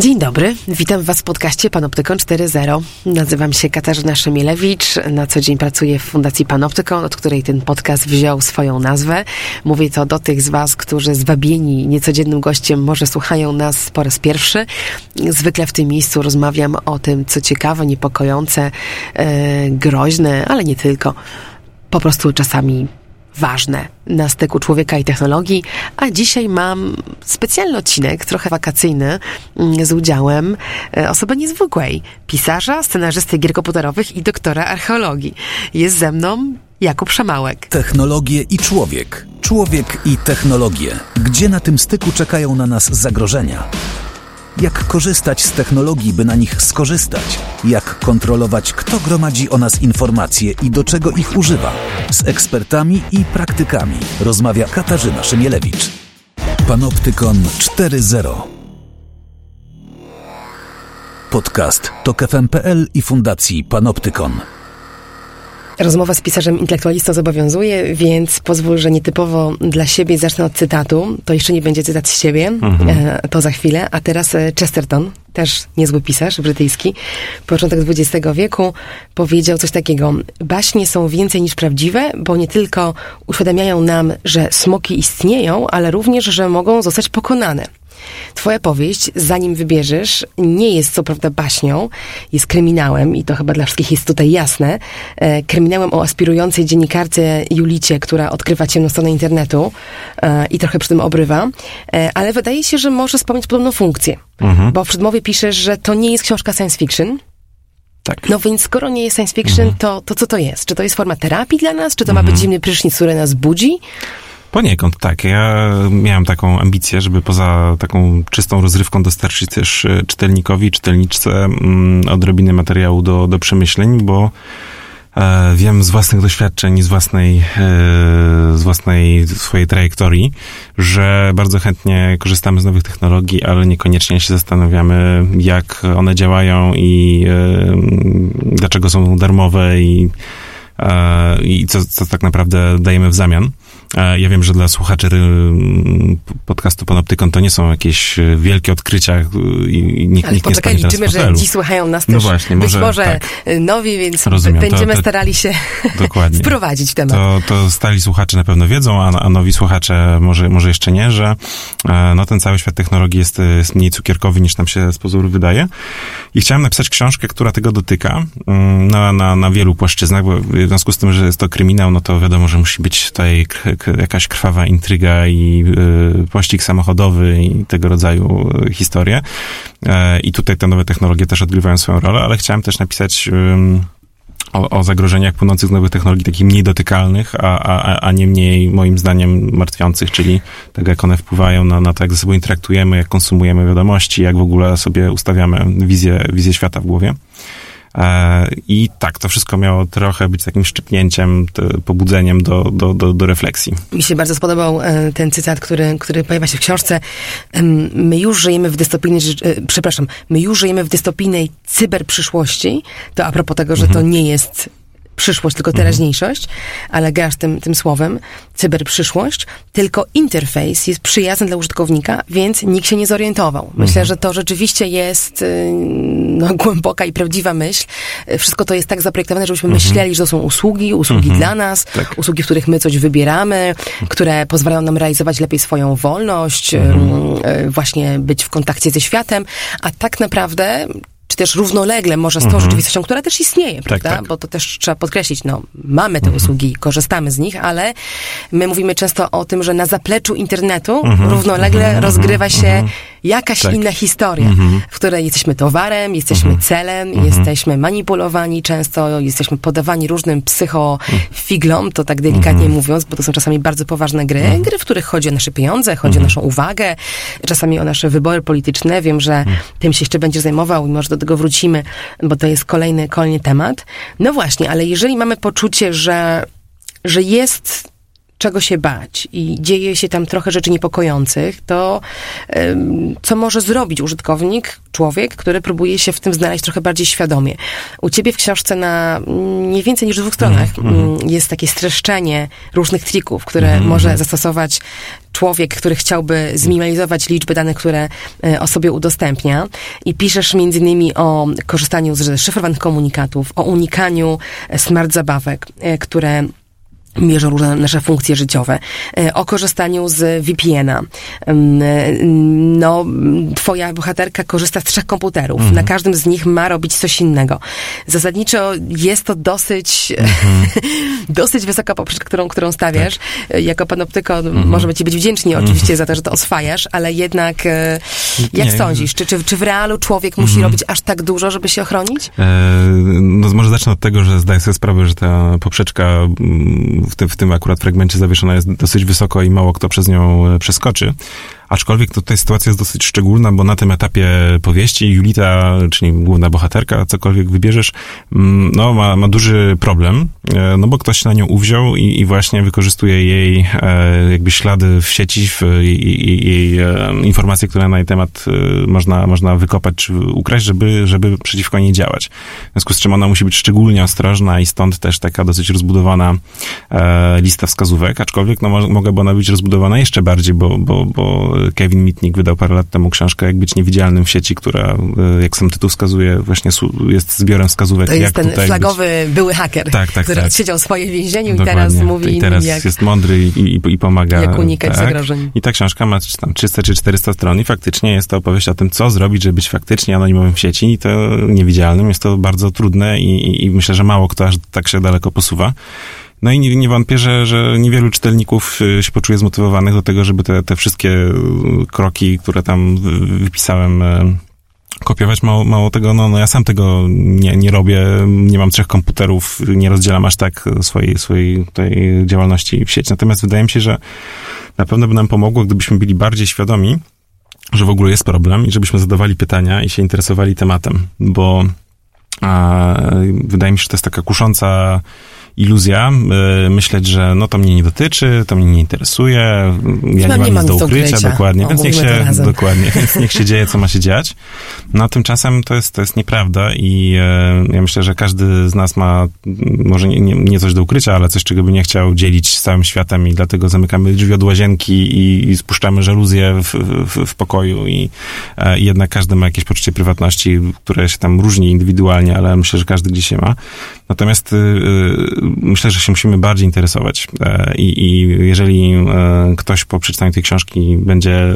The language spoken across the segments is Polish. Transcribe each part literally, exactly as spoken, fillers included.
Dzień dobry, witam Was w podcaście Panoptykon cztery zero. Nazywam się Katarzyna Szemielewicz, na co dzień pracuję w Fundacji Panoptykon, od której ten podcast wziął swoją nazwę. Mówię to do tych z Was, którzy zwabieni niecodziennym gościem może słuchają nas po raz pierwszy. Zwykle w tym miejscu rozmawiam o tym, co ciekawe, niepokojące, e, groźne, ale nie tylko. Po prostu czasami ważne na styku człowieka i technologii, a dzisiaj mam specjalny odcinek, trochę wakacyjny, z udziałem osoby niezwykłej, pisarza, scenarzysty gier komputerowych i doktora archeologii. Jest ze mną Jakub Szamałek. Technologie i człowiek. Człowiek i technologie. Gdzie na tym styku czekają na nas zagrożenia? Jak korzystać z technologii, by na nich skorzystać? Jak kontrolować, kto gromadzi o nas informacje i do czego ich używa? Z ekspertami i praktykami rozmawia Katarzyna Szemielewicz. Panoptykon cztery zero. Podcast Tok F M kropka p l i Fundacji Panoptykon. Rozmowa z pisarzem intelektualistą zobowiązuje, więc pozwól, że nietypowo dla siebie zacznę od cytatu. To jeszcze nie będzie cytat z siebie, mhm. e, to za chwilę. A teraz Chesterton, też niezły pisarz brytyjski, początek dwudziestego wieku, powiedział coś takiego: baśnie są więcej niż prawdziwe, bo nie tylko uświadamiają nam, że smoki istnieją, ale również, że mogą zostać pokonane. Twoja powieść, zanim wybierzesz, nie jest co prawda baśnią, jest kryminałem i to chyba dla wszystkich jest tutaj jasne. E, kryminałem o aspirującej dziennikarce Julicie, która odkrywa ciemną stronę internetu e, i trochę przy tym obrywa, e, ale wydaje się, że może spełnić podobną funkcję, mhm. bo w przedmowie piszesz, że to nie jest książka science fiction. Tak. No więc skoro nie jest science fiction, mhm. to, to co to jest? Czy to jest forma terapii dla nas? Czy to mhm. ma być zimny prysznic, który nas budzi? Poniekąd tak. Ja miałem taką ambicję, żeby poza taką czystą rozrywką dostarczyć też czytelnikowi, czytelniczce mm, odrobinę materiału do, do przemyśleń, bo e, wiem z własnych doświadczeń, z własnej, e, z własnej swojej trajektorii, że bardzo chętnie korzystamy z nowych technologii, ale niekoniecznie się zastanawiamy, jak one działają i e, dlaczego są darmowe i i co, co tak naprawdę dajemy w zamian. Ja wiem, że dla słuchaczy podcastu Panoptykon to nie są jakieś wielkie odkrycia i nikt, ale nikt nie stanie teraz w liczymy, że dziś słuchają nas też no właśnie, może, być może tak. nowi, więc Rozumiem, będziemy to, to, starali się dokładnie. wprowadzić w temat. To, to stali słuchacze na pewno wiedzą, a, a nowi słuchacze może, może jeszcze nie, że no, ten cały świat technologii jest, jest mniej cukierkowy niż nam się z pozoru wydaje. I chciałem napisać książkę, która tego dotyka na, na, na wielu płaszczyznach, bo w związku z tym, że jest to kryminał, no to wiadomo, że musi być tutaj k- k- jakaś krwawa intryga i y, pościg samochodowy i tego rodzaju y, historie. Y, I tutaj te nowe technologie też odgrywają swoją rolę, ale chciałem też napisać y, o, o zagrożeniach płynących z nowych technologii, takich mniej dotykalnych, a, a, a nie mniej, moim zdaniem, martwiących, czyli tego, jak one wpływają na, na to, jak ze sobą interaktujemy, jak konsumujemy wiadomości, jak w ogóle sobie ustawiamy wizję, wizję świata w głowie. I tak, to wszystko miało trochę być takim szczypnięciem, pobudzeniem do, do, do, do refleksji. Mi się bardzo spodobał ten cytat, który, który pojawia się w książce. My już żyjemy w dystopijnej, przepraszam, my już żyjemy w dystopijnej cyberprzyszłości. To a propos tego, że mhm. to nie jest przyszłość, tylko teraźniejszość, ale grasz tym, tym słowem, cyberprzyszłość, tylko interfejs jest przyjazny dla użytkownika, więc nikt się nie zorientował. Myślę, mhm. że to rzeczywiście jest no, głęboka i prawdziwa myśl. Wszystko to jest tak zaprojektowane, żebyśmy mhm. myśleli, że to są usługi, usługi mhm. dla nas, tak. usługi, w których my coś wybieramy, które pozwalają nam realizować lepiej swoją wolność, mhm. właśnie być w kontakcie ze światem, a tak naprawdę czy też równolegle może z tą mm-hmm. rzeczywistością, która też istnieje, tak, prawda? Tak. Bo to też trzeba podkreślić, no, mamy te mm-hmm. usługi, korzystamy z nich, ale my mówimy często o tym, że na zapleczu internetu mm-hmm. równolegle mm-hmm. rozgrywa się mm-hmm. jakaś tak. inna historia, mm-hmm. w której jesteśmy towarem, jesteśmy mm-hmm. celem, mm-hmm. jesteśmy manipulowani często, jesteśmy podawani różnym psychofiglom, to tak delikatnie mm-hmm. mówiąc, bo to są czasami bardzo poważne gry, mm-hmm. gry, w których chodzi o nasze pieniądze, chodzi mm-hmm. o naszą uwagę, czasami o nasze wybory polityczne. Wiem, że mm-hmm. tym się jeszcze będziesz zajmował i może do tego wrócimy, bo to jest kolejny, kolejny temat. No właśnie, ale jeżeli mamy poczucie, że, że jest czego się bać i dzieje się tam trochę rzeczy niepokojących, to um, co może zrobić użytkownik, człowiek, który próbuje się w tym znaleźć trochę bardziej świadomie. U ciebie w książce na nie więcej niż dwóch stronach mm-hmm. jest takie streszczenie różnych trików, które mm-hmm. może zastosować człowiek, który chciałby zminimalizować liczbę danych, które e, o sobie udostępnia. I piszesz między innymi o korzystaniu z szyfrowanych komunikatów, o unikaniu smart zabawek, e, które mierzą różne nasze funkcje życiowe, o korzystaniu z V P N a. No, twoja bohaterka korzysta z trzech komputerów. Mm-hmm. Na każdym z nich ma robić coś innego. Zasadniczo jest to dosyć mm-hmm. dosyć wysoka poprzeczka, którą, którą stawiasz. Tak. Jako panoptyko mm-hmm. możemy ci być wdzięczni mm-hmm. oczywiście za to, że to oswajasz, ale jednak jak Nie. sądzisz, czy, czy, czy w realu człowiek musi mm-hmm. robić aż tak dużo, żeby się ochronić? E, no może zacznę od tego, że zdaję sobie sprawę, że ta poprzeczka w tym, w tym akurat fragmencie zawieszona jest dosyć wysoko i mało kto przez nią przeskoczy. Aczkolwiek tutaj sytuacja jest dosyć szczególna, bo na tym etapie powieści Julita, czyli główna bohaterka, cokolwiek wybierzesz, no ma, ma duży problem, no bo ktoś się na nią uwziął i, i właśnie wykorzystuje jej e, jakby ślady w sieci, w jej, jej e, informacje, które na jej temat e, można, można wykopać czy ukraść, żeby, żeby przeciwko niej działać. W związku z czym ona musi być szczególnie ostrożna i stąd też taka dosyć rozbudowana e, lista wskazówek, aczkolwiek no, mo, mogłaby ona być rozbudowana jeszcze bardziej, bo, bo, bo Kevin Mitnick wydał parę lat temu książkę Jak być niewidzialnym w sieci, która, jak sam tytuł wskazuje, właśnie jest zbiorem wskazówek. To jest jak ten tutaj flagowy być... były haker, tak, tak, który tak. odsiedział swoje więzieniu Dokładnie. I teraz mówi I teraz jak, jest mądry i, i, i pomaga. Jak unikać tak. zagrożeń. I ta książka ma tam trzysta czy czterysta stron i faktycznie jest to opowieść o tym, co zrobić, żeby być faktycznie anonimowym w sieci i to niewidzialnym. Jest to bardzo trudne i, i, i myślę, że mało kto aż tak się daleko posuwa. No i nie, nie wątpię, że, że niewielu czytelników się poczuje zmotywowanych do tego, żeby te, te wszystkie kroki, które tam wypisałem, kopiować. Mało, mało tego, no, no ja sam tego nie, nie robię, nie mam trzech komputerów, nie rozdzielam aż tak swojej, swojej tej działalności w sieci. Natomiast wydaje mi się, że na pewno by nam pomogło, gdybyśmy byli bardziej świadomi, że w ogóle jest problem i żebyśmy zadawali pytania i się interesowali tematem, bo a, wydaje mi się, że to jest taka kusząca iluzja, y, myśleć, że no to mnie nie dotyczy, to mnie nie interesuje, ja nie mam nic do ukrycia, dokładnie, o, więc niech się, dokładnie, więc niech się dzieje, co ma się dziać. No a tymczasem to jest, to jest nieprawda i y, ja myślę, że każdy z nas ma może nie, nie, nie coś do ukrycia, ale coś, czego by nie chciał dzielić z całym światem i dlatego zamykamy drzwi od łazienki i, i spuszczamy żaluzję w, w, w pokoju i, y, i jednak każdy ma jakieś poczucie prywatności, które się tam różni indywidualnie, ale myślę, że każdy gdzieś się ma. Natomiast y, y, myślę, że się musimy bardziej interesować i, i jeżeli ktoś po przeczytaniu tej książki będzie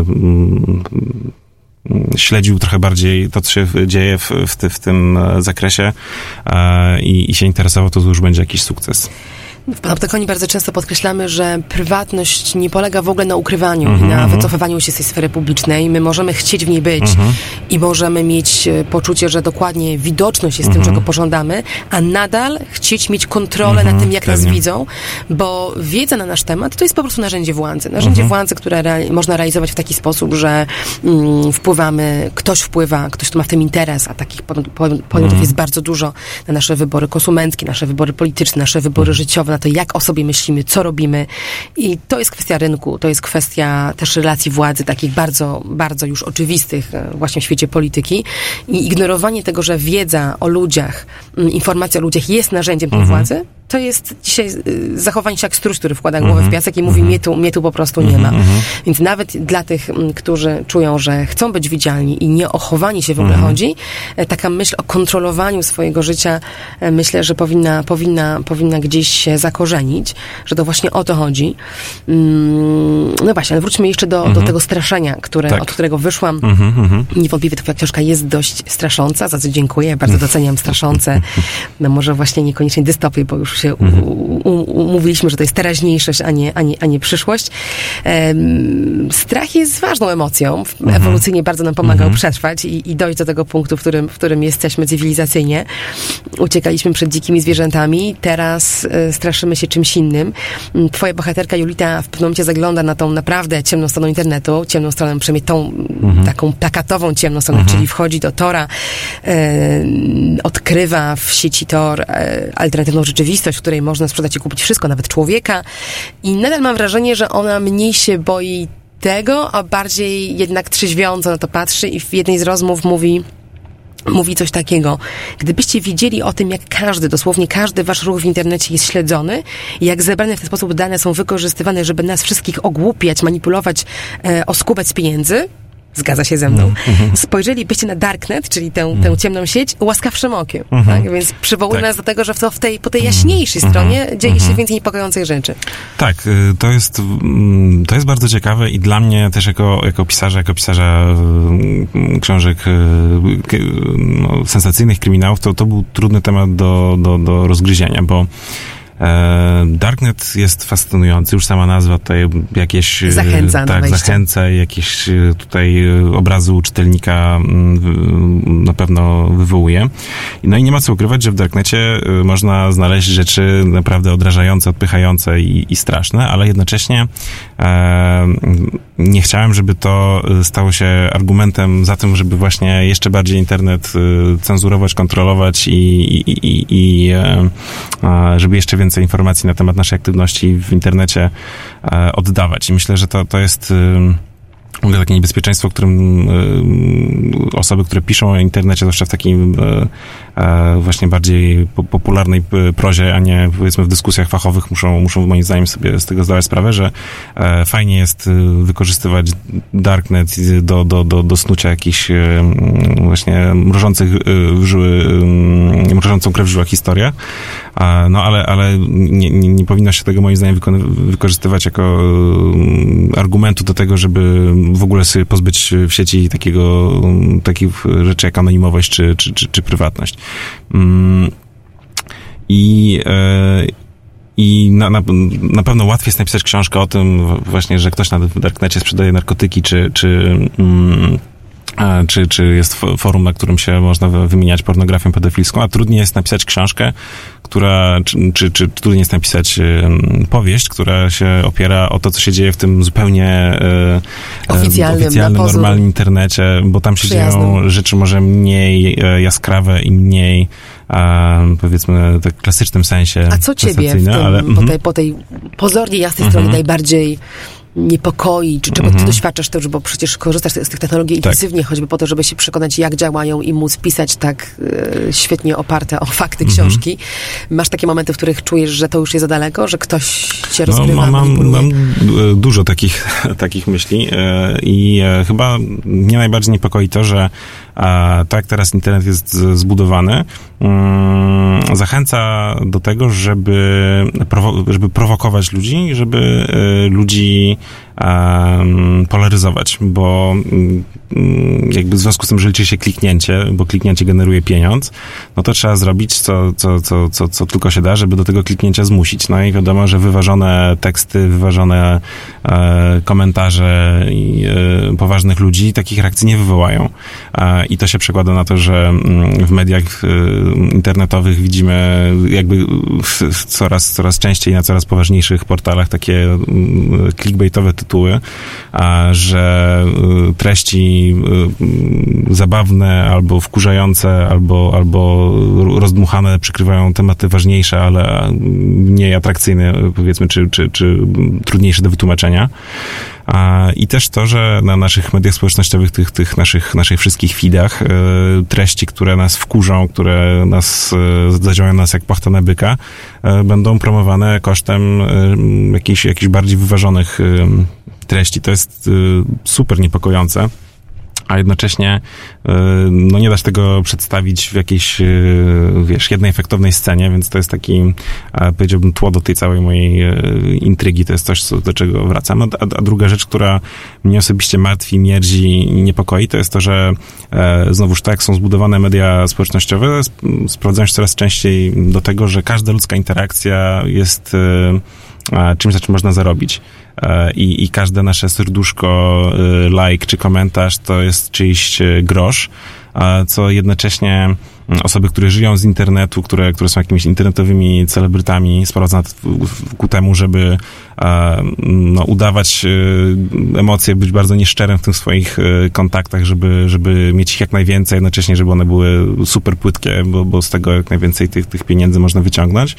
śledził trochę bardziej to, co się dzieje w, w, ty, w tym zakresie i, i się interesował, to już będzie jakiś sukces. W Panoptykonie bardzo często podkreślamy, że prywatność nie polega w ogóle na ukrywaniu mm-hmm, i na mm-hmm. wycofywaniu się z tej sfery publicznej. My możemy chcieć w niej być mm-hmm. i możemy mieć poczucie, że dokładnie widoczność jest mm-hmm. tym, czego pożądamy, a nadal chcieć mieć kontrolę mm-hmm, nad tym, jak pewnie. nas widzą, bo wiedza na nasz temat to jest po prostu narzędzie władzy. Narzędzie mm-hmm. władzy, które rea- można realizować w taki sposób, że mm, wpływamy, ktoś wpływa, ktoś tu ma w tym interes, a takich podmiotów mm-hmm. jest bardzo dużo na nasze wybory konsumenckie, nasze wybory polityczne, nasze wybory mm-hmm. życiowe, to jak o sobie myślimy, co robimy i to jest kwestia rynku, to jest kwestia też relacji władzy, takich bardzo, bardzo już oczywistych właśnie w świecie polityki i ignorowanie tego, że wiedza o ludziach, informacja o ludziach jest narzędziem tej mhm. władzy, to jest dzisiaj zachowanie się jak struś, który wkłada głowę mm-hmm. w piasek i mówi, mm-hmm. mnie, tu, mnie tu po prostu nie ma. Mm-hmm. Więc nawet dla tych, którzy czują, że chcą być widzialni i nie o chowanie się w ogóle mm-hmm. chodzi, taka myśl o kontrolowaniu swojego życia, myślę, że powinna, powinna, powinna gdzieś się zakorzenić, że to właśnie o to chodzi. No właśnie, ale wróćmy jeszcze do, mm-hmm. do tego straszenia, które, tak. od którego wyszłam. Mm-hmm. Niewątpliwie twoja książka jest dość strasząca, za co dziękuję. Bardzo doceniam straszące. No może właśnie niekoniecznie dystopie, bo już się mhm. umówiliśmy, że to jest teraźniejszość, a nie, a nie, a nie przyszłość. Um, strach jest ważną emocją. Mhm. Ewolucyjnie bardzo nam pomagał mhm. przetrwać i, i dojść do tego punktu, w którym, w którym jesteśmy cywilizacyjnie. Uciekaliśmy przed dzikimi zwierzętami, teraz y, straszymy się czymś innym. Twoja bohaterka Julita w pewnym momencie zagląda na tą naprawdę ciemną stronę internetu, ciemną stronę, przynajmniej tą mhm. taką plakatową ciemną stronę, mhm. czyli wchodzi do Tora, y, odkrywa w sieci Tor y, alternatywną rzeczywistość, rzeczywistość, w której można sprzedać i kupić wszystko, nawet człowieka. I nadal mam wrażenie, że ona mniej się boi tego, a bardziej jednak trzeźwiąco na to patrzy i w jednej z rozmów mówi, mówi coś takiego. Gdybyście wiedzieli o tym, jak każdy, dosłownie każdy wasz ruch w internecie jest śledzony i jak zebrane w ten sposób dane są wykorzystywane, żeby nas wszystkich ogłupiać, manipulować, e, oskubać z pieniędzy, zgadza się ze mną, mm-hmm. spojrzelibyście na Darknet, czyli tę, tę ciemną sieć, łaskawszym okiem. Mm-hmm. Tak? Więc przywołuje tak. nas do tego, że w tej, po tej jaśniejszej mm-hmm. stronie dzieje mm-hmm. się więcej niepokojących rzeczy. Tak, to jest, to jest bardzo ciekawe i dla mnie też jako, jako pisarza, jako pisarza książek no, sensacyjnych, kryminałów, to, to był trudny temat do, do, do rozgryzienia, bo Darknet jest fascynujący, już sama nazwa tutaj jakieś... Zachęca tak, na zachęca, jakieś tutaj obrazy u czytelnika na pewno wywołuje. No i nie ma co ukrywać, że w Darknecie można znaleźć rzeczy naprawdę odrażające, odpychające i, i straszne, ale jednocześnie e, nie chciałem, żeby to stało się argumentem za tym, żeby właśnie jeszcze bardziej internet cenzurować, kontrolować i, i, i, i e, żeby jeszcze więcej więcej informacji na temat naszej aktywności w internecie e, oddawać. I myślę, że to, to jest w ogóle takie niebezpieczeństwo, którym y, osoby, które piszą o internecie, zwłaszcza w takiej y, y, właśnie bardziej po, popularnej prozie, a nie powiedzmy w dyskusjach fachowych, muszą, muszą moim zdaniem sobie z tego zdawać sprawę, że y, fajnie jest y, wykorzystywać Darknet do, do, do, do snucia jakichś y, właśnie mrożących y, w żyły, y, mrożącą krew w żyłach historię, y, no ale, ale nie, nie, nie powinno się tego moim zdaniem wyko- wykorzystywać jako y, argumentu do tego, żeby w ogóle sobie pozbyć w sieci takiego, takich rzeczy jak anonimowość czy, czy, czy, czy prywatność. I, i na, na, na pewno łatwiej jest napisać książkę o tym właśnie, że ktoś na Darknecie sprzedaje narkotyki, czy, czy Czy, czy jest forum, na którym się można wymieniać pornografią pedofilską, a trudniej jest napisać książkę, która, czy, czy, czy trudniej jest napisać powieść, która się opiera o to, co się dzieje w tym zupełnie oficjalnym, oficjalnym normalnym internecie, bo tam się przyjaznym. dzieją rzeczy może mniej jaskrawe i mniej powiedzmy tak w klasycznym sensie. A co ciebie w tym, ale, po, tej, po tej pozornie jasnej stronie najbardziej niepokoi, czy czego mm-hmm. ty doświadczasz też, bo przecież korzystasz z tych technologii tak. intensywnie, choćby po to, żeby się przekonać, jak działają i móc pisać tak e, świetnie oparte o fakty mm-hmm. książki. Masz takie momenty, w których czujesz, że to już jest za daleko, że ktoś cię rozgrywa, no, mam, manipuluje? Mam dużo takich, takich myśli e, i e, chyba mnie najbardziej niepokoi to, że a tak jak teraz internet jest zbudowany, um, zachęca do tego, żeby, prowo- żeby prowokować ludzi, żeby y, ludzi um, polaryzować, bo um, jakby w związku z tym, że liczy się kliknięcie, bo kliknięcie generuje pieniądz, no to trzeba zrobić co, co, co, co, co tylko się da, żeby do tego kliknięcia zmusić. No i wiadomo, że wyważone teksty, wyważone e, komentarze i e, poważnych ludzi takich reakcji nie wywołają. E, I to się przekłada na to, że w mediach internetowych widzimy jakby coraz, coraz częściej na coraz poważniejszych portalach takie clickbaitowe tytuły, że treści zabawne albo wkurzające, albo, albo rozdmuchane przykrywają tematy ważniejsze, ale mniej atrakcyjne, powiedzmy, czy, czy, czy trudniejsze do wytłumaczenia. I też to, że na naszych mediach społecznościowych, tych, tych naszych, naszych wszystkich feedach, treści, które nas wkurzą, które nas zadziałają nas jak płachta na byka, będą promowane kosztem jakichś, jakichś bardziej wyważonych treści. To jest super niepokojące. A jednocześnie no nie da się tego przedstawić w jakiejś, wiesz, jednej efektownej scenie, więc to jest taki, powiedziałbym, tło do tej całej mojej intrygi, to jest coś, do czego wracam. A, a druga rzecz, która mnie osobiście martwi, mierzi i niepokoi, to jest to, że znowuż tak, jak są zbudowane media społecznościowe, sprowadzają się coraz częściej do tego, że każda ludzka interakcja jest czymś, za czym można zarobić. I, i każde nasze serduszko, like czy komentarz to jest czyjś grosz, co jednocześnie osoby, które żyją z internetu, które, które są jakimiś internetowymi celebrytami, sprowadza ku temu, żeby no, udawać emocje, być bardzo nieszczerym w tych swoich kontaktach, żeby, żeby mieć ich jak najwięcej, jednocześnie, żeby one były super płytkie, bo, bo z tego jak najwięcej tych, tych pieniędzy można wyciągnąć.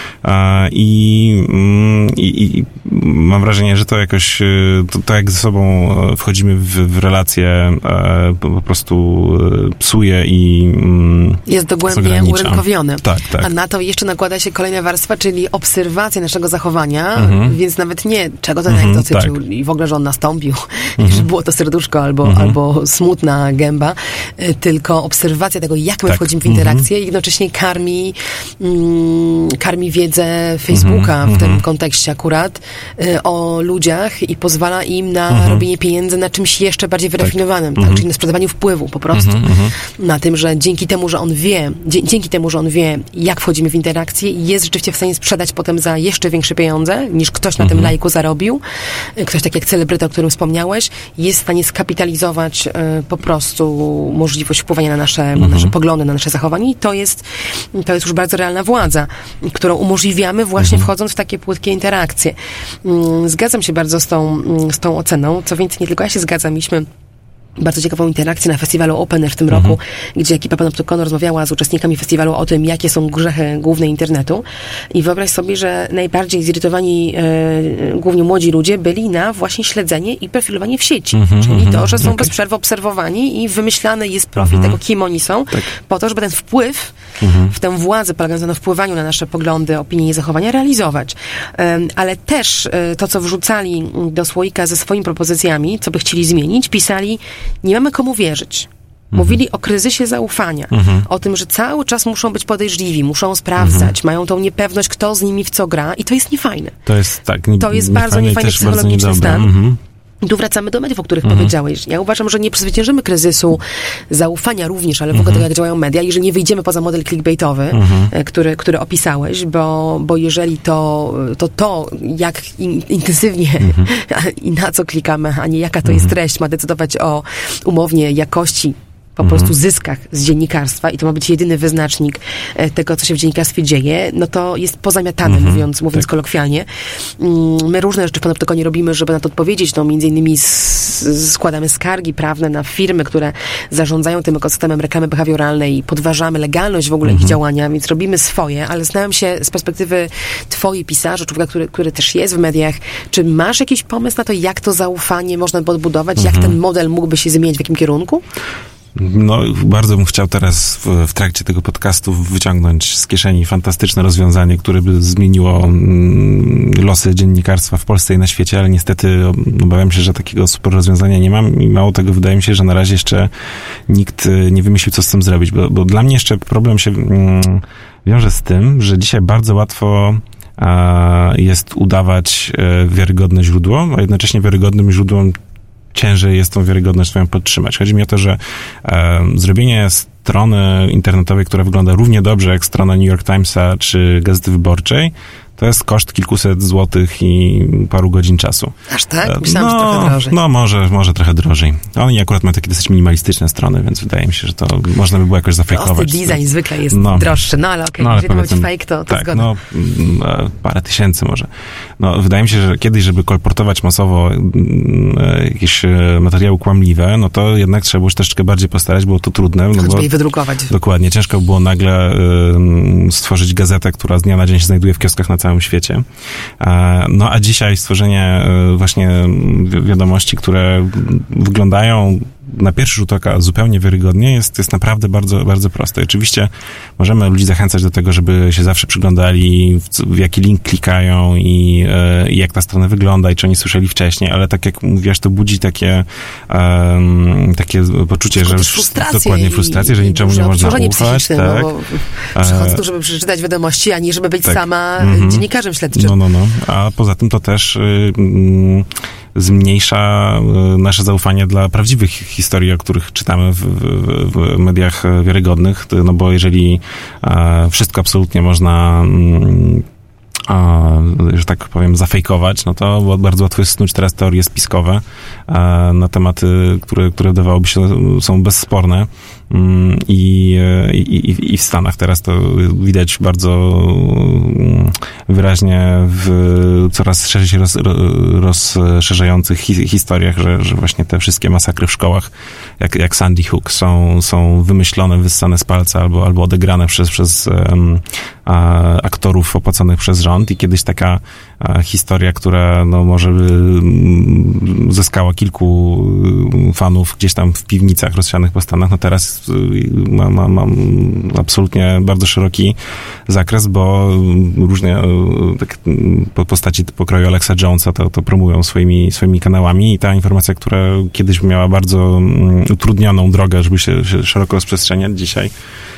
I, i, i mam wrażenie, że to jakoś, to, to jak ze sobą wchodzimy w, w relacje, po prostu psuje i jest dogłębnie urynkowione. Tak, tak. A na to jeszcze nakłada się kolejna warstwa, czyli obserwacja naszego zachowania, mhm. więc nawet nie czego ten mhm, jak dotyczył tak. i w ogóle, że on nastąpił, mhm. że było to serduszko albo, mhm. albo smutna gęba, tylko obserwacja tego, jak my tak. wchodzimy w interakcję mhm. i jednocześnie karmi, mm, karmi wiedzę Facebooka mhm. w tym mhm. kontekście akurat y, o ludziach i pozwala im na mhm. robienie pieniędzy na czymś jeszcze bardziej wyrafinowanym, tak. tak? czyli na sprzedawaniu wpływu po prostu. Mhm. Na tym, że dzięki temu, że on wie, dzie- dzięki temu, że on wie, jak wchodzimy w interakcję, jest rzeczywiście w stanie sprzedać potem za jeszcze większe pieniądze, niż ktoś na mhm. tym lajku zarobił. Ktoś tak jak celebryta, o którym wspomniałeś, jest w stanie skapitalizować y, po prostu możliwość wpływania na nasze, mhm. na nasze poglądy, na nasze zachowanie i to jest, to jest już bardzo realna władza, którą umożliwiamy właśnie mhm. wchodząc w takie płytkie interakcje. Y, zgadzam się bardzo z tą, y, z tą oceną. Co więcej, nie tylko ja się zgadzam, mieliśmy bardzo ciekawą interakcję na festiwalu Open Air w tym mhm. roku, gdzie ekipa Panoptykonu rozmawiała z uczestnikami festiwalu o tym, jakie są grzechy główne internetu. I wyobraź sobie, że najbardziej zirytowani e, głównie młodzi ludzie byli na właśnie śledzenie i profilowanie w sieci. Mhm, czyli to, że są okay. bez przerwy obserwowani i wymyślany jest profil mhm. tego, kim oni są, tak. po to, żeby ten wpływ mhm. w tę władzę polegającą na wpływaniu na nasze poglądy, opinie i zachowania realizować. E, ale też e, to, co wrzucali do słoika ze swoimi propozycjami, co by chcieli zmienić, pisali: nie mamy komu wierzyć. Mówili mhm. o kryzysie zaufania, mhm. o tym, że cały czas muszą być podejrzliwi, muszą sprawdzać, mhm. mają tą niepewność, kto z nimi w co gra i to jest niefajne. To jest tak. Nie, to jest bardzo niefajny psychologiczny stan. Mhm. I tu wracamy do mediów, o których mhm. powiedziałeś. Ja uważam, że nie przezwyciężymy kryzysu zaufania również, ale w ogóle mhm. tego, jak działają media, jeżeli nie wyjdziemy poza model clickbaitowy, mhm. który, który opisałeś, bo, bo jeżeli to, to to, jak in, intensywnie mhm. i na co klikamy, a nie jaka to mhm. jest treść, ma decydować o umownie jakości, po mhm. prostu zyskach z dziennikarstwa i to ma być jedyny wyznacznik tego, co się w dziennikarstwie dzieje, no to jest pozamiatane, mhm. mówiąc, mówiąc tak. kolokwialnie. My różne rzeczy w Panoptykonie robimy, żeby na to odpowiedzieć. No, między innymi s- składamy skargi prawne na firmy, które zarządzają tym ekosystemem reklamy behawioralnej i podważamy legalność w ogóle mhm. ich działania, więc robimy swoje, ale znałem się z perspektywy twojej pisarza, człowieka, który, który też jest w mediach. Czy masz jakiś pomysł na to, jak to zaufanie można by odbudować? Mhm. Jak ten model mógłby się zmienić, w jakim kierunku? No, bardzo bym chciał teraz w, w trakcie tego podcastu wyciągnąć z kieszeni fantastyczne rozwiązanie, które by zmieniło mm, losy dziennikarstwa w Polsce i na świecie, ale niestety obawiam się, że takiego super rozwiązania nie mam i mało tego, wydaje mi się, że na razie jeszcze nikt nie wymyślił, co z tym zrobić, bo, bo dla mnie jeszcze problem się mm, wiąże z tym, że dzisiaj bardzo łatwo a, jest udawać e, wiarygodne źródło, a jednocześnie wiarygodnym źródłem ciężej jest tą wiarygodność swoją podtrzymać. Chodzi mi o to, że e, zrobienie strony internetowej, która wygląda równie dobrze jak strona New York Timesa czy Gazety Wyborczej, to jest koszt kilkuset złotych i paru godzin czasu. Aż tak? Myślałam, no, że trochę drożej. No, może, może trochę drożej. Oni akurat mają takie dosyć minimalistyczne strony, więc wydaje mi się, że to można by było jakoś zafejkować. Prosty design to, zwykle jest no, droższy, no ale okej, okay, jeżeli ma być fake, to, to tak, zgoda. No, parę tysięcy może. No, wydaje mi się, że kiedyś, żeby kolportować masowo jakieś materiały kłamliwe, no to jednak trzeba było się troszeczkę bardziej postarać, było to trudne. No Choćby je wydrukować. Dokładnie. Ciężko było nagle y, stworzyć gazetę, która z dnia na dzień się znajduje w kioskach na całym świecie. No a dzisiaj stworzenie właśnie wiadomości, które wyglądają na pierwszy rzut oka zupełnie wiarygodnie, jest, jest naprawdę bardzo, bardzo proste. I oczywiście możemy ludzi zachęcać do tego, żeby się zawsze przyglądali, w, w jaki link klikają i, e, i jak ta strona wygląda i czy oni słyszeli wcześniej, ale tak jak mówiłaś, to budzi takie um, takie poczucie, że dokładnie frustrację, że niczemu nie można ufać. Tak. No, przychodzę tu, żeby przeczytać wiadomości, a nie żeby być tak. sama mm-hmm. dziennikarzem śledczym. No, no, no. A poza tym to też y, y, zmniejsza nasze zaufanie dla prawdziwych historii, o których czytamy w, w, w mediach wiarygodnych, no bo jeżeli e, wszystko absolutnie można mm, a, że tak powiem, zafejkować, no to bardzo łatwo jest snuć teraz teorie spiskowe a, na tematy, które, które wydawałoby się są bezsporne. I, i, I w Stanach teraz to widać bardzo wyraźnie w coraz szerzej się roz, rozszerzających hi, historiach, że, że właśnie te wszystkie masakry w szkołach, jak, jak Sandy Hook, są, są wymyślone, wyssane z palca albo, albo odegrane przez, przez um, a, aktorów opłaconych przez rząd. I kiedyś taka a, historia, która no, może by zyskała kilku fanów gdzieś tam w piwnicach rozsianych po Stanach, no teraz ma, ma, ma absolutnie bardzo szeroki zakres, bo różne tak, postaci pokroju Alexa Jonesa to, to promują swoimi, swoimi kanałami i ta informacja, która kiedyś miała bardzo utrudnioną drogę, żeby się, się szeroko rozprzestrzeniać, dzisiaj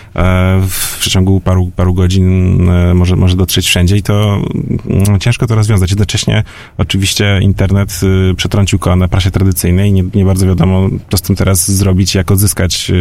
w przeciągu paru, paru godzin może, może dotrzeć wszędzie i to no, ciężko to rozwiązać. Jednocześnie oczywiście internet przetrącił koła na prasie tradycyjnej i nie, nie bardzo wiadomo, co z tym teraz zrobić, jak odzyskać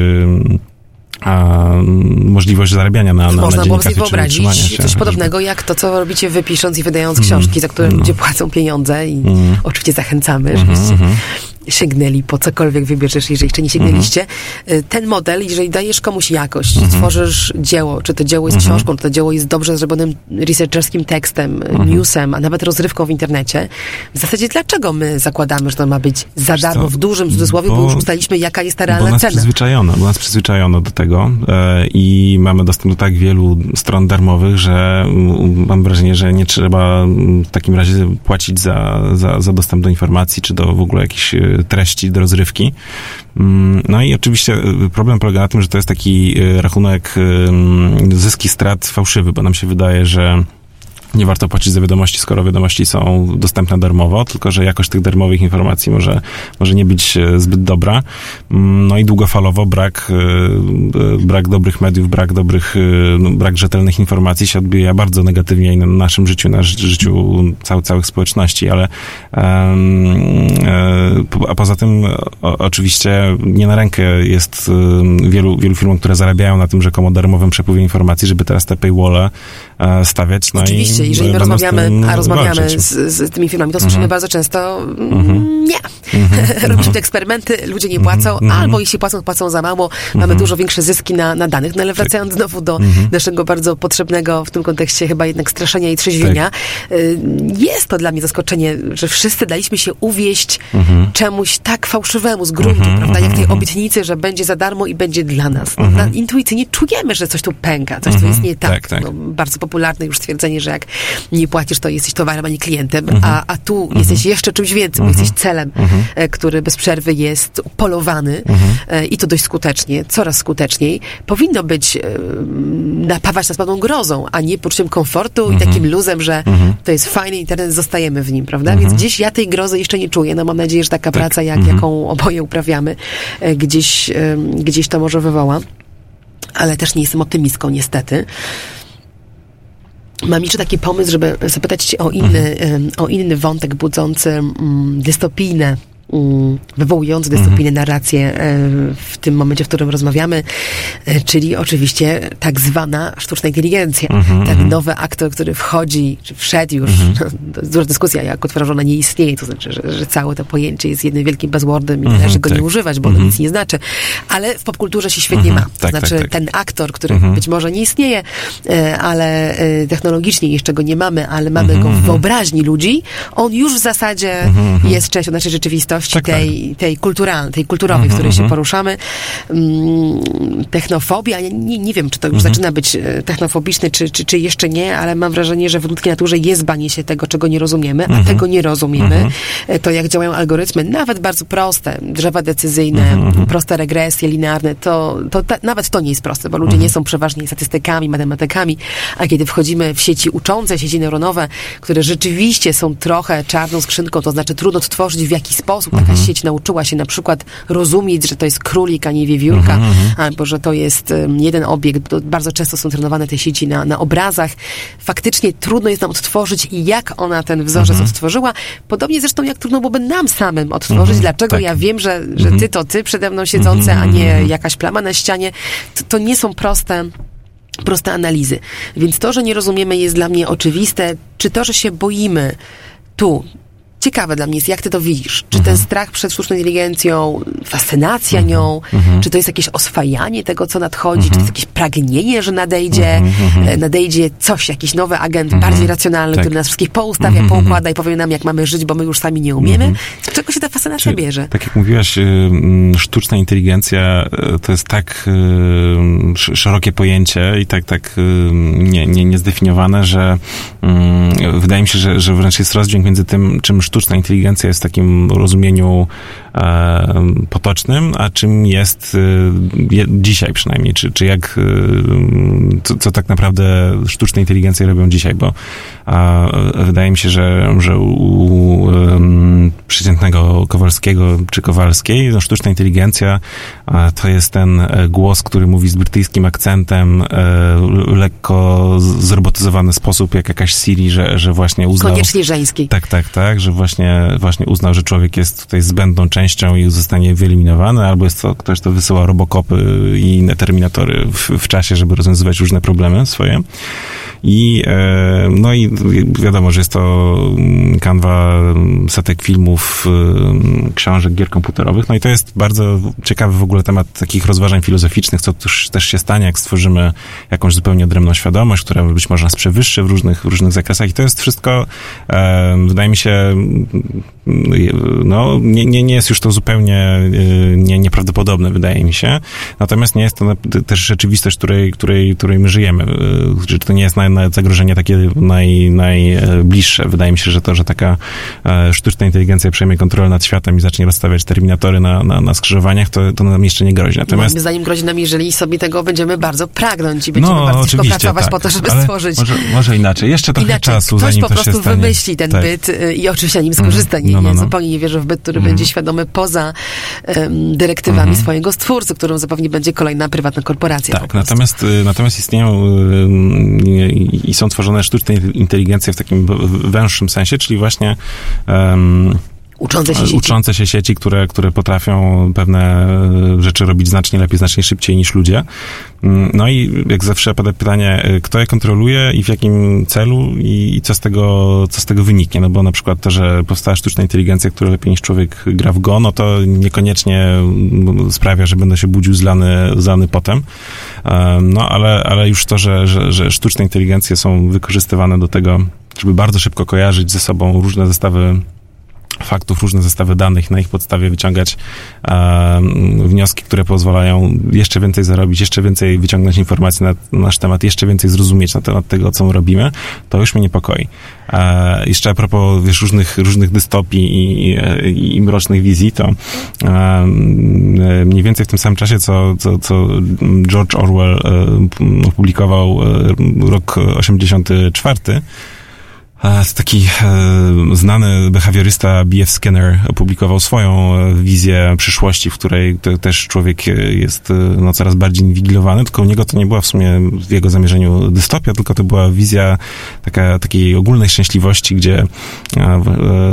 a, możliwość zarabiania na, na Można na było sobie wyobrazić coś podobnego jak to, co robicie wypisząc i wydając mm. książki, za które mm. ludzie płacą pieniądze i mm. oczywiście zachęcamy, żebyście mm-hmm. sięgnęli po cokolwiek wybierzesz, jeżeli jeszcze nie sięgnęliście. Mm-hmm. Ten model, jeżeli dajesz komuś jakość, mm-hmm. tworzysz dzieło, czy to dzieło jest mm-hmm. książką, czy to dzieło jest dobrze zrobionym researcherskim tekstem, mm-hmm. newsem, a nawet rozrywką w internecie, w zasadzie dlaczego my zakładamy, że to ma być za darmo, w dużym cudzysłowie, bo, bo już ustaliliśmy, jaka jest ta realna bo nas cena. Przyzwyczajono, bo nas przyzwyczajono do tego e, i mamy dostęp do tak wielu stron darmowych, że m, mam wrażenie, że nie trzeba w takim razie płacić za, za, za dostęp do informacji, czy do w ogóle jakichś treści do rozrywki. No i oczywiście problem polega na tym, że to jest taki rachunek zyski strat fałszywy, bo nam się wydaje, że nie warto płacić za wiadomości, skoro wiadomości są dostępne darmowo, tylko że jakość tych darmowych informacji może, może nie być zbyt dobra. No i długofalowo brak, brak dobrych mediów, brak dobrych, brak rzetelnych informacji się odbija bardzo negatywnie i na naszym życiu, na życiu cał, całych społeczności, ale a poza tym o, oczywiście nie na rękę jest wielu, wielu firmom, które zarabiają na tym rzekomo darmowym przepływie informacji, żeby teraz te paywall stawia. No oczywiście, i jeżeli my rozmawiamy, a rozmawiamy z, z tymi firmami, to mm-hmm. słyszymy bardzo często mm-hmm. nie. Mm-hmm. Robimy te eksperymenty, ludzie nie płacą, mm-hmm. albo jeśli płacą, płacą za mało, mm-hmm. mamy dużo większe zyski na, na danych. No ale wracając tak. znowu do mm-hmm. naszego bardzo potrzebnego w tym kontekście chyba jednak straszenia i trzeźwienia, tak. jest to dla mnie zaskoczenie, że wszyscy daliśmy się uwieść mm-hmm. czemuś tak fałszywemu z gruntu, mm-hmm. prawda, jak tej obietnicy, że będzie za darmo i będzie dla nas. No, mm-hmm. intuicyjnie czujemy, że coś tu pęka, coś mm-hmm. tu jest nie tak. tak, tak. No, bardzo popularne już stwierdzenie, że jak nie płacisz, to jesteś towarem, a nie klientem, mm-hmm. a, a tu mm-hmm. jesteś jeszcze czymś więcej, mm-hmm. bo jesteś celem, mm-hmm. który bez przerwy jest polowany mm-hmm. i to dość skutecznie, coraz skuteczniej. Powinno być e, napawać nas pewną grozą, a nie poczuciem komfortu mm-hmm. i takim luzem, że mm-hmm. to jest fajny internet, zostajemy w nim, prawda? Mm-hmm. Więc gdzieś ja tej grozy jeszcze nie czuję. No mam nadzieję, że taka tak. praca, jak, mm-hmm. jaką oboje uprawiamy, e, gdzieś, e, gdzieś to może wywoła. Ale też nie jestem optymistką, niestety. Mam jeszcze taki pomysł, żeby zapytać cię o inny, mhm. o inny wątek budzący mm, dystopijne, mm, wywołujący dystopijne mhm. narracje w tym momencie, w którym rozmawiamy, czyli oczywiście tak zwana sztuczna inteligencja. Mhm. Ten nowy aktor, który wchodzi, czy wszedł już, mhm. to jest duża dyskusja, jak utwora, że ona nie istnieje, to znaczy, że, że całe to pojęcie jest jednym wielkim buzzwordem i mhm. należy go tak. nie używać, bo ono mhm. nic nie znaczy. Ale w popkulturze się świetnie mhm. ma. To tak, znaczy tak, tak. ten aktor, który mhm. być może nie istnieje, ale technologicznie jeszcze go nie mamy, ale mamy mhm. go w wyobraźni ludzi, on już w zasadzie mhm. jest częścią naszej rzeczywistości, tak, tej, tak. tej kulturalnej, tej kulturowej, mhm. w której się poruszamy. Technofobia, nie, nie wiem, czy to już mhm. zaczyna być technofobiczne, czy, czy, czy jeszcze nie, ale mam wrażenie, że w ludzkiej naturze jest banie się tego, czego nie rozumiemy, a mhm. tego nie rozumiemy. Mhm. To, jak działają algorytmy, nawet bardzo proste, drzewa decyzyjne, mhm. proste regresje linearne, to, to ta, nawet to nie jest proste, bo ludzie mhm. nie są przeważnie statystykami, matematykami, a kiedy wchodzimy w sieci uczące, sieci neuronowe, które rzeczywiście są trochę czarną skrzynką, to znaczy trudno odtworzyć, w jaki sposób taka mhm. sieć nauczyła się na przykład rozumieć, że to jest królik, a nie wiewiórka, mhm. albo że to jest um, jeden obiekt. Bardzo często są trenowane te sieci na, na obrazach. Faktycznie trudno jest nam odtworzyć, jak ona ten wzorzec mhm. odtworzyła. Podobnie zresztą, jak trudno byłoby nam samym odtworzyć, mhm. dlaczego tak. ja wiem, że, że mhm. ty to ty przede mną siedzące, mhm. a nie jakaś plama na ścianie. To, to nie są proste proste analizy. Więc to, że nie rozumiemy, jest dla mnie oczywiste. Czy to, że się boimy tu, ciekawe dla mnie jest, jak ty to widzisz. Czy mhm. ten strach przed sztuczną inteligencją, fascynacja mhm. nią, mhm. czy to jest jakieś oswajanie tego, co nadchodzi, mhm. czy to jest jakieś pragnienie, że nadejdzie, mhm. nadejdzie coś, jakiś nowy agent, mhm. bardziej racjonalny, tak. który nas wszystkich poustawia, mhm. poukłada i powie nam, jak mamy żyć, bo my już sami nie umiemy. Mhm. Z czego się ta fascynacja czy, bierze? Tak jak mówiłaś, sztuczna inteligencja to jest tak szerokie pojęcie i tak, tak nie, nie, niezdefiniowane, że wydaje mi się, że, że wręcz jest rozdźwięk między tym, czym sztuczna inteligencja jest w takim rozumieniu e, potocznym, a czym jest e, je, dzisiaj przynajmniej, czy, czy jak, e, co, co tak naprawdę sztuczne inteligencje robią dzisiaj, bo e, wydaje mi się, że, że u e, przeciętnego Kowalskiego czy Kowalskiej, no, sztuczna inteligencja e, to jest ten głos, który mówi z brytyjskim akcentem, e, lekko zrobotyzowany sposób, jak jakaś Siri, że, że właśnie uznał... Koniecznie żeński. Tak, tak, tak, że właśnie, właśnie uznał, że człowiek jest tutaj zbędną częścią i zostanie wyeliminowany, albo jest to ktoś, kto wysyła robokopy i inne terminatory w, w czasie, żeby rozwiązywać różne problemy swoje. I e, no i wiadomo, że jest to kanwa setek filmów, książek, gier komputerowych. No i to jest bardzo ciekawy w ogóle temat takich rozważań filozoficznych, co też, też się stanie, jak stworzymy jakąś zupełnie odrębną świadomość, która być może nas przewyższy w różnych, w różnych zakresach. I to jest wszystko, e, wydaje mi się, no, nie, nie, nie jest już to zupełnie nie, nieprawdopodobne, wydaje mi się. Natomiast nie jest to też rzeczywistość, której, której, której my żyjemy. Że to nie jest na, na zagrożenie takie naj, najbliższe. Wydaje mi się, że to, że taka sztuczna inteligencja przejmie kontrolę nad światem i zacznie rozstawiać terminatory na, na, na skrzyżowaniach, to, to nam jeszcze nie grozi. Natomiast... Moim zdaniem grozi nam, jeżeli sobie tego będziemy bardzo pragnąć i będziemy no, bardzo ciężko pracować tak, po to, żeby ale stworzyć. Może, może inaczej. Jeszcze trochę inaczej. czasu, Ktoś zanim po to się prostu stanie. wymyśli ten tak. byt i oczywiście na nim skorzysta. Nie, no, no, no. zupełnie nie wierzę w byt, który mm. będzie świadomy poza um, dyrektywami mm. swojego stwórcy, którą zapewne będzie kolejna prywatna korporacja. Tak, natomiast, natomiast istnieją i, i są tworzone sztuczne inteligencje w takim węższym sensie, czyli właśnie um, Uczące się sieci. Uczące się sieci, które, które potrafią pewne rzeczy robić znacznie lepiej, znacznie szybciej niż ludzie. No i jak zawsze pada pytanie, kto je kontroluje i w jakim celu i, i co z tego, co z tego wyniknie. No bo na przykład to, że powstała sztuczna inteligencja, która lepiej niż człowiek gra w go, no to niekoniecznie sprawia, że będę się budził zlany, zlany potem. No ale, ale już to, że, że, że sztuczne inteligencje są wykorzystywane do tego, żeby bardzo szybko kojarzyć ze sobą różne zestawy faktów, różne zestawy danych, na ich podstawie wyciągać e, wnioski, które pozwalają jeszcze więcej zarobić, jeszcze więcej wyciągnąć informacji na, na nasz temat, jeszcze więcej zrozumieć na temat tego, co my robimy, to już mnie niepokoi. E, jeszcze a propos, wiesz, różnych, różnych dystopii i, i, i mrocznych wizji, to e, mniej więcej w tym samym czasie, co, co, co George Orwell e, opublikował e, rok osiemdziesiąty czwarty, taki e, znany behawiorysta B F Skinner opublikował swoją wizję przyszłości, w której te, też człowiek jest no, coraz bardziej inwigilowany, tylko u niego to nie była w sumie w jego zamierzeniu dystopia, tylko to była wizja taka, takiej ogólnej szczęśliwości, gdzie e, e,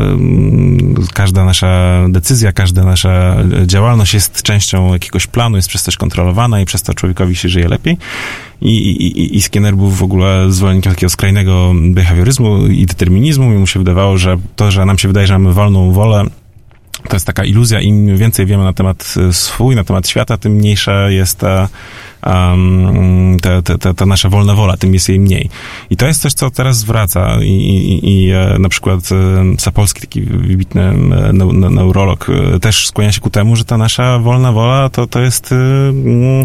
każda nasza decyzja, każda nasza działalność jest częścią jakiegoś planu, jest przez coś kontrolowana i przez to człowiekowi się żyje lepiej. I, i, i Skinner był w ogóle zwolennikiem takiego skrajnego behawioryzmu i determinizmu i mu się wydawało, że to, że nam się wydaje, że mamy wolną wolę, to jest taka iluzja. Im więcej wiemy na temat swój, na temat świata, tym mniejsza jest ta, um, ta, ta, ta, ta nasza wolna wola, tym jest jej mniej. I to jest coś, co teraz zwraca i, i, i na przykład Sapolsky, taki wybitny neurolog, też skłania się ku temu, że ta nasza wolna wola to, to jest um,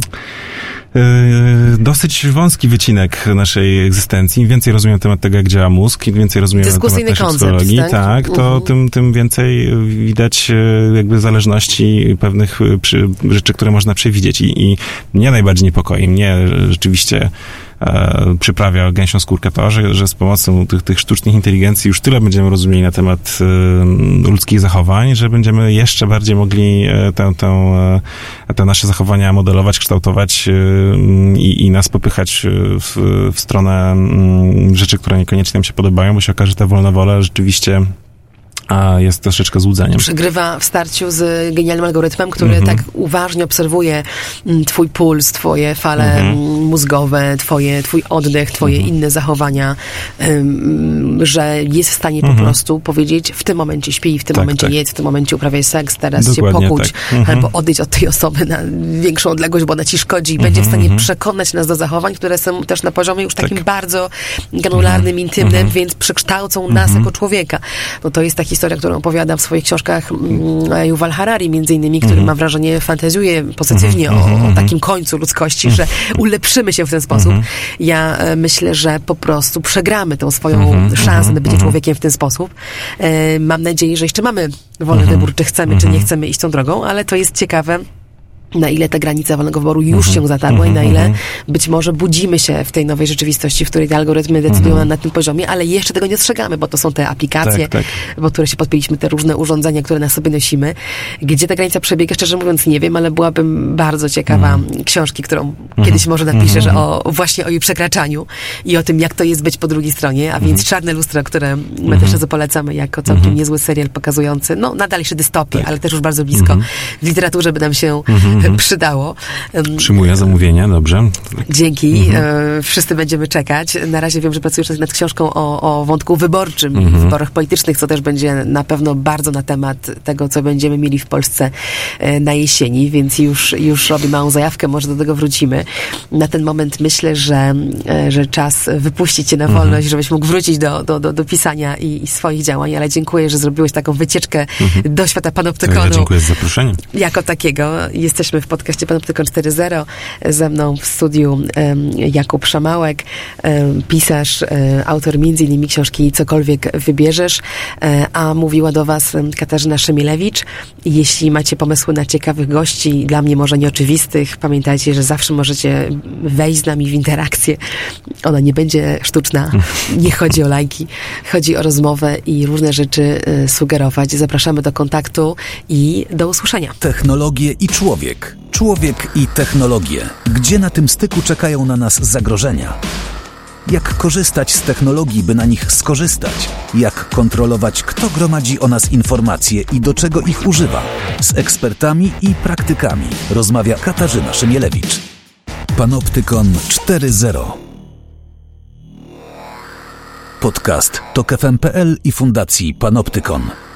dosyć wąski wycinek naszej egzystencji. Im więcej rozumiemy na temat tego, jak działa mózg, im więcej rozumiemy na temat naszej psychologii, tak, tak to uh-huh. tym, tym więcej widać jakby zależności pewnych przy, rzeczy, które można przewidzieć. I, i mnie najbardziej niepokoi, mnie rzeczywiście e, przyprawia gęsią skórkę to, że, że z pomocą tych, tych sztucznych inteligencji już tyle będziemy rozumieli na temat e, ludzkich zachowań, że będziemy jeszcze bardziej mogli tę, tę, te nasze zachowania modelować, kształtować e, i, i nas popychać w, w stronę rzeczy, które niekoniecznie nam się podobają, bo się okaże, że ta wolna wola rzeczywiście a jest troszeczkę złudzeniem. Przegrywa w starciu z genialnym algorytmem, który Mhm. tak uważnie obserwuje mm, twój puls, twoje fale Mhm. mózgowe, twoje, twój oddech, twoje Mhm. inne zachowania, ym, że jest w stanie Mhm. po prostu powiedzieć, w tym momencie śpij, w tym Tak, momencie tak. jedz, w tym momencie uprawiaj seks, teraz Dokładnie się pokłóć, tak. Mhm. albo odejdź od tej osoby na większą odległość, bo ona ci szkodzi i będzie w Mhm, stanie mhm. przekonać nas do zachowań, które są też na poziomie już takim Tak. bardzo granularnym, intymnym, Mhm. więc przekształcą nas Mhm. jako człowieka. No to jest ta historia, którą opowiada w swoich książkach mm, Yuval Harari między innymi, który Mhm. mam wrażenie fantazjuje pozytywnie Mhm, o, o mhm. takim końcu ludzkości, że ulepszymy się w ten sposób. Mhm. Ja e, myślę, że po prostu przegramy tą swoją Mhm, szansę mhm, na bycie mhm. człowiekiem w ten sposób. E, mam nadzieję, że jeszcze mamy wolny Mhm. wybór, czy chcemy, czy nie chcemy iść tą drogą, ale to jest ciekawe, na ile ta granica wolnego wyboru już Mhm. się zatarła i na Mhm, ile mhm. być może budzimy się w tej nowej rzeczywistości, w której te algorytmy decydują Mhm. na tym poziomie, ale jeszcze tego nie strzegamy, bo to są te aplikacje, Tak, tak. bo które się podpięliśmy, te różne urządzenia, które na sobie nosimy. Gdzie ta granica przebiega, szczerze mówiąc nie wiem, ale byłabym bardzo ciekawa Mhm. książki, którą kiedyś może napiszę, Mhm. że o, właśnie o jej przekraczaniu i o tym, jak to jest być po drugiej stronie, a więc Czarne lustro, które my też razu polecamy jako całkiem Mhm. niezły serial pokazujący, no nadal jeszcze dystopię, Tak. ale też już bardzo blisko Mhm. w literaturze by nam się Mhm. przydało. Em, Przyjmuję zamówienie, dobrze. Dzięki. Mhm. E, wszyscy będziemy czekać. Na razie wiem, że pracujesz nad książką o, o wątku wyborczym i Mhm. wyborach politycznych, co też będzie na pewno bardzo na temat tego, co będziemy mieli w Polsce e, na jesieni, więc już, już robię małą zajawkę, może do tego wrócimy. Na ten moment myślę, że, e, że czas wypuścić cię na Mhm. wolność, żebyś mógł wrócić do, do, do, do pisania i, i swoich działań, ale dziękuję, że zrobiłeś taką wycieczkę do świata Ja panoptykonu. dziękuję za zaproszenie. Jako takiego. Jesteśmy w podcaście Panoptykon cztery zero. Ze mną w studiu em, Jakub Szamałek, em, pisarz, e, autor między innymi książki Cokolwiek wybierzesz, e, a mówiła do was em, Katarzyna Szymilewicz. Jeśli macie pomysły na ciekawych gości, dla mnie może nieoczywistych, pamiętajcie, że zawsze możecie wejść z nami w interakcję. Ona nie będzie sztuczna, nie chodzi o lajki, chodzi o rozmowę i różne rzeczy e, sugerować. Zapraszamy do kontaktu i do usłyszenia. Technologie i człowiek. Człowiek i technologie. Gdzie na tym styku czekają na nas zagrożenia? Jak korzystać z technologii, by na nich skorzystać? Jak kontrolować, kto gromadzi o nas informacje i do czego ich używa? Z ekspertami i praktykami rozmawia Katarzyna Szymielewicz. Panoptykon cztery zero. Podcast Tok F M kropka P L i Fundacji Panoptykon.